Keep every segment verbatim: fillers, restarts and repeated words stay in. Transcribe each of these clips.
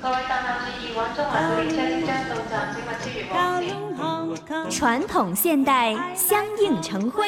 传统现代相映成辉，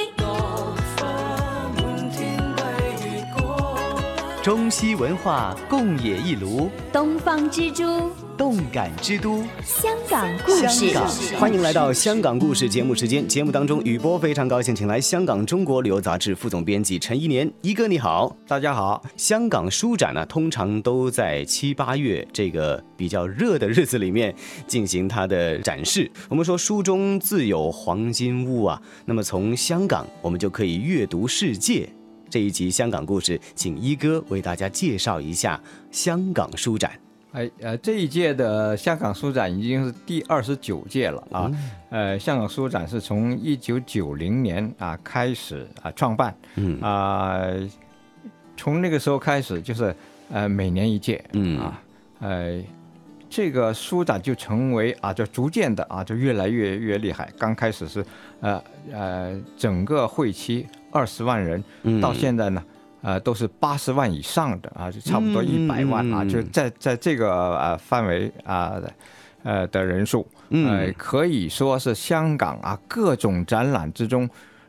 中西文化共冶一炉， 东方之珠， 动感之都， 香港故事。 欢迎来到香港故事节目时间。节目当中，雨波非常高兴请来香港中国旅游杂志副总编辑陈一年。一哥你好。 大家好。 香港书展呢，通常都在七八月这个比较热的日子里面进行它的展示。我们说书中自有黄金屋啊，那么从香港我们就可以阅读世界。这一集香港故事，请一哥为大家介绍一下香港书展。 哎，呃，这一届的香港书展已经是第二十九届了啊。嗯、呃，香港书展是从一九九零年啊开始啊创办，嗯啊，从那个时候开始就是呃每年一届，嗯啊，呃，这个书展就成为啊，就逐渐的啊，就越来越越厉害。刚开始是呃呃整个会期二十万人，嗯、到现在呢。呃，都是八十万以上的啊，就差不多一百万啊，嗯、就在在这个呃范围啊，呃的人数，呃，可以说是香港啊各种展览之中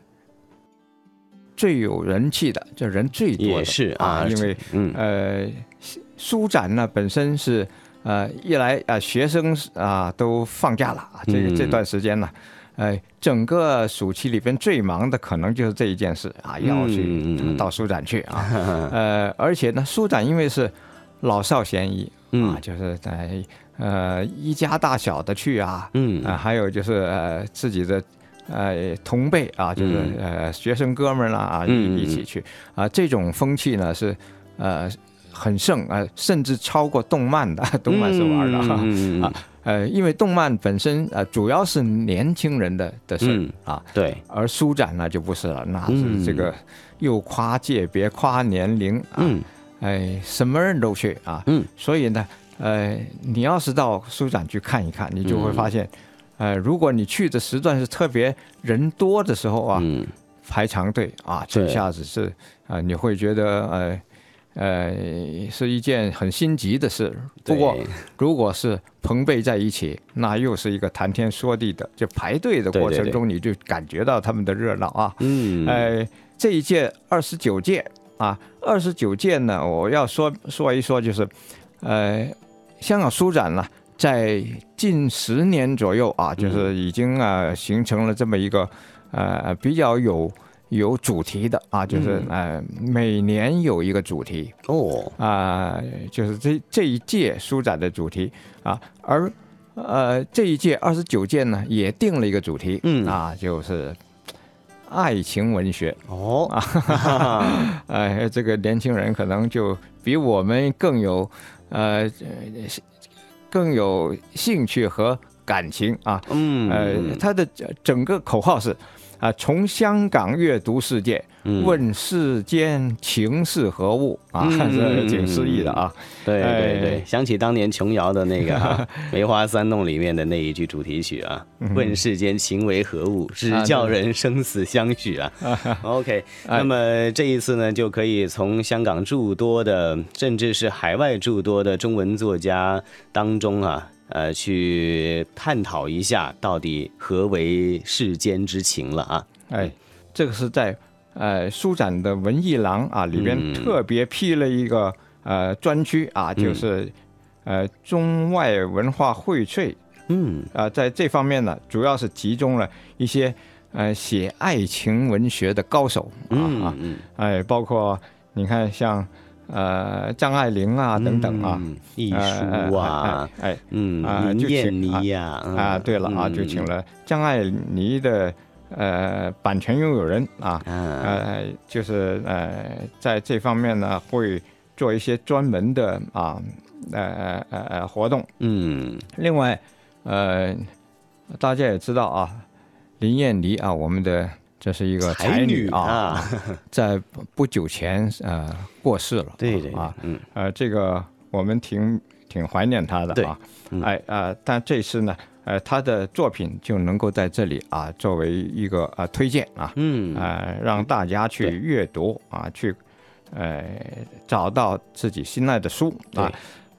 最有人气的，就人最多的， 也是啊， 因为、嗯、呃书展呢本身是呃一来啊、呃、学生啊、呃、都放假了，这个、嗯、这段时间呢。呃，整个暑期里边最忙的可能就是这一件事啊，要去到书展去啊，嗯、呃，而且呢，书展因为是老少咸宜啊，就是在呃一家大小的去啊，嗯啊、呃，还有就是呃自己的呃同辈啊，就是呃学生哥们啦啊一一起去啊，这种风气呢是呃很盛啊、呃，甚至超过动漫的，动漫是玩的哈、嗯、啊。呃，因为动漫本身呃主要是年轻人的的事、嗯、啊， 对， 而书展呢就不是了，那是这个又跨界别、跨年龄啊，嗯、哎，什么人都去啊，嗯，所以呢，呃，你要是到书展去看一看，你就会发现，嗯、呃，如果你去的时段是特别人多的时候啊，嗯、排长队啊，这下子是啊、呃，你会觉得呃。呃，是一件很心急的事。不过，如果是朋辈在一起，那又是一个谈天说地的。就排队的过程中，你就感觉到他们的热闹啊。嗯。呃，这一届二十九届啊，二十九届呢，我要说说一说，就是呃，香港书展呢，在近十年左右啊，就是已经啊形成了这么一个呃比较有。有主题的啊，就是呃每年有一个主题哦啊、呃，就是这这一届书展的主题啊，而呃这一届二十九届呢也定了一个主题，嗯啊，就是爱情文学哦啊，哎，这个年轻人可能就比我们更有呃更有兴趣和感情啊，嗯呃，它的整个口号是。啊，从香港阅读世界，问世间情是何物啊，这挺诗意的啊。 对对对，想起当年琼瑶的那个、啊《梅花三弄》里面的那一句主题曲啊，问世间情为何物，只叫人生死相许啊。OK， 那么这一次呢，就可以从香港诸多的，甚至是海外诸多的中文作家当中啊。呃，去探讨一下到底何为世间之情了啊！ 哎，这个是在呃书展的文艺廊啊里边特别辟了一个、嗯、呃专区啊，就是呃中外文化荟萃，嗯啊、呃，在这方面呢，主要是集中了一些呃写爱情文学的高手啊、嗯、啊，哎，包括你看像。呃，张爱玲啊，等等啊， 艺术啊， 哎，哎嗯，啊，林燕妮呀， 啊，对了啊，就请了张爱妮的呃版权拥有人啊，呃，就是呃在这方面呢会做一些专门的啊呃呃呃活动，嗯，另外呃大家也知道啊，林燕妮啊，我们的。这是一个才女啊，啊在不久前呃过世了。 对对啊，嗯呃，这个我们挺挺怀念她的啊。嗯、哎呃，但这次呢，呃，她的作品就能够在这里啊作为一个呃推荐啊，嗯呃，让大家去阅读啊，去呃找到自己心爱的书啊。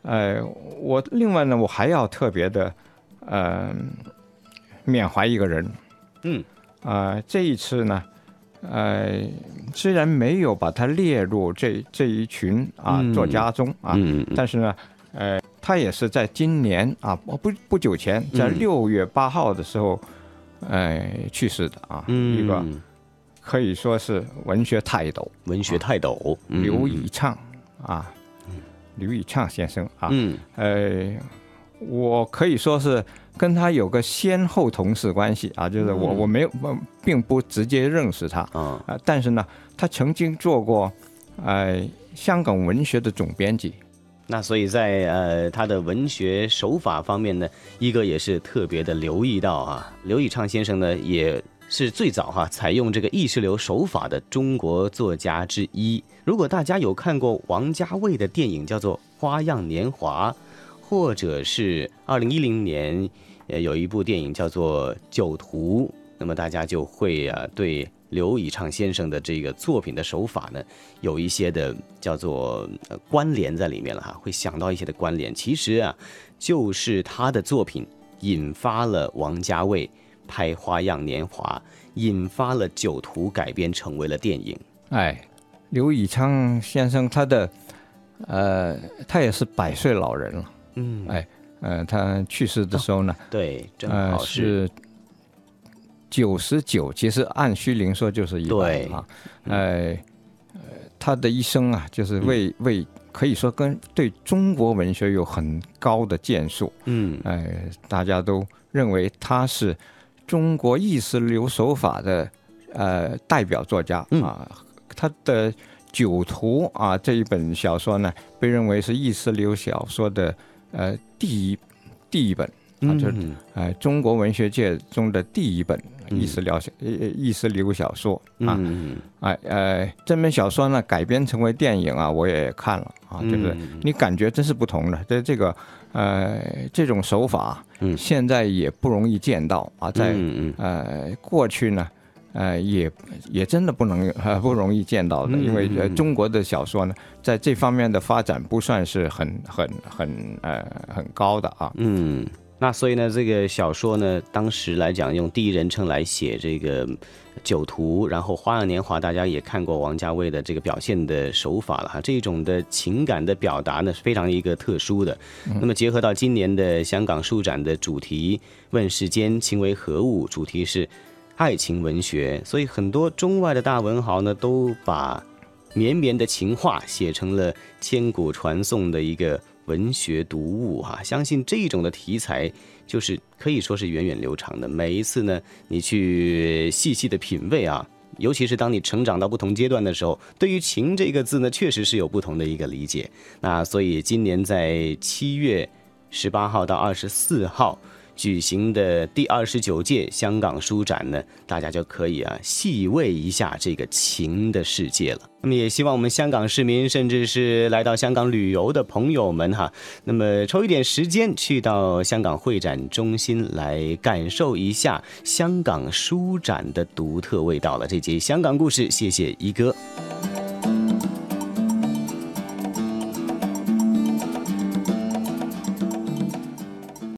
呃，我另外呢，我还要特别的呃缅怀一个人。 嗯， 呃，这一次呢，呃，虽然没有把他列入这这一群啊、嗯、作家中啊，嗯嗯、但是呢，呃，他也是在今年啊不不久前，在六月八号的时候，呃，去世的啊，嗯、一个可以说是文学泰斗， 文学泰斗、 啊、刘以畅啊，刘以畅先生啊，嗯，呃，我可以说是。跟他有个先后同事关系啊，就是我我没有并不直接认识他啊、呃，但是呢，他曾经做过呃香港文学的总编辑。 那所以在呃他的文学手法方面呢，一个也是特别的留意到啊，刘以畅先生呢也是最早哈、啊、采用这个意识流手法的中国作家之一。如果大家有看过王家卫的电影叫做《花样年华》，或者是二零一零年。呃，有一部电影叫做《酒徒》，那么大家就会啊对刘以畅先生的这个作品的手法呢，有一些的叫做、呃、关联在里面了哈，会想到一些的关联。其实啊，就是他的作品引发了王家卫拍《花样年华》，引发了《酒徒》改编成为了电影。 哎，刘以畅先生他的呃，他也是百岁老人了，嗯，哎。呃，他去世的时候呢， 哦、对，正好是九十九，其实按虚龄说就是一百啊。呃，他的一生啊，就是为、嗯、为可以说跟对中国文学有很高的建树。嗯，呃，大家都认为他是中国意识流手法的呃代表作家、嗯、啊。他的《酒徒》啊这一本小说呢，被认为是意识流小说的。呃，第一第一本啊，就是呃中国文学界中的第一本意识流嗯、意识流小说啊，嗯、哎呃这本小说呢改编成为电影啊，我也看了啊，就是你感觉真是不同的，这这个呃这种手法，嗯，现在也不容易见到啊，在呃过去呢。呃，也也真的不能、呃、不容易见到的，因为、呃、中国的小说呢，在这方面的发展不算是很很很呃很高的啊。 嗯，那所以呢，这个小说呢，当时来讲用第一人称来写这个酒徒，然后《花样年华》，大家也看过王家卫的这个表现的手法了哈，这种的情感的表达呢，是非常一个特殊的。那么结合到今年的香港书展的主题“问世间情为何物”，主题是。爱情文学，所以很多中外的大文豪呢，都把绵绵的情话写成了千古传颂的一个文学读物啊！相信这种的题材就是可以说是源远流长的。每一次呢，你去细细的品味啊，尤其是当你成长到不同阶段的时候，对于情这个字呢，确实是有不同的一个理解。那所以今年在七月十八号到二十四号。举行的第二十九届香港书展呢，大家就可以啊细味一下这个情的世界了。那么也希望我们香港市民，甚至是来到香港旅游的朋友们哈，那么抽一点时间去到香港会展中心来感受一下香港书展的独特味道了。这节香港故事，谢谢一哥。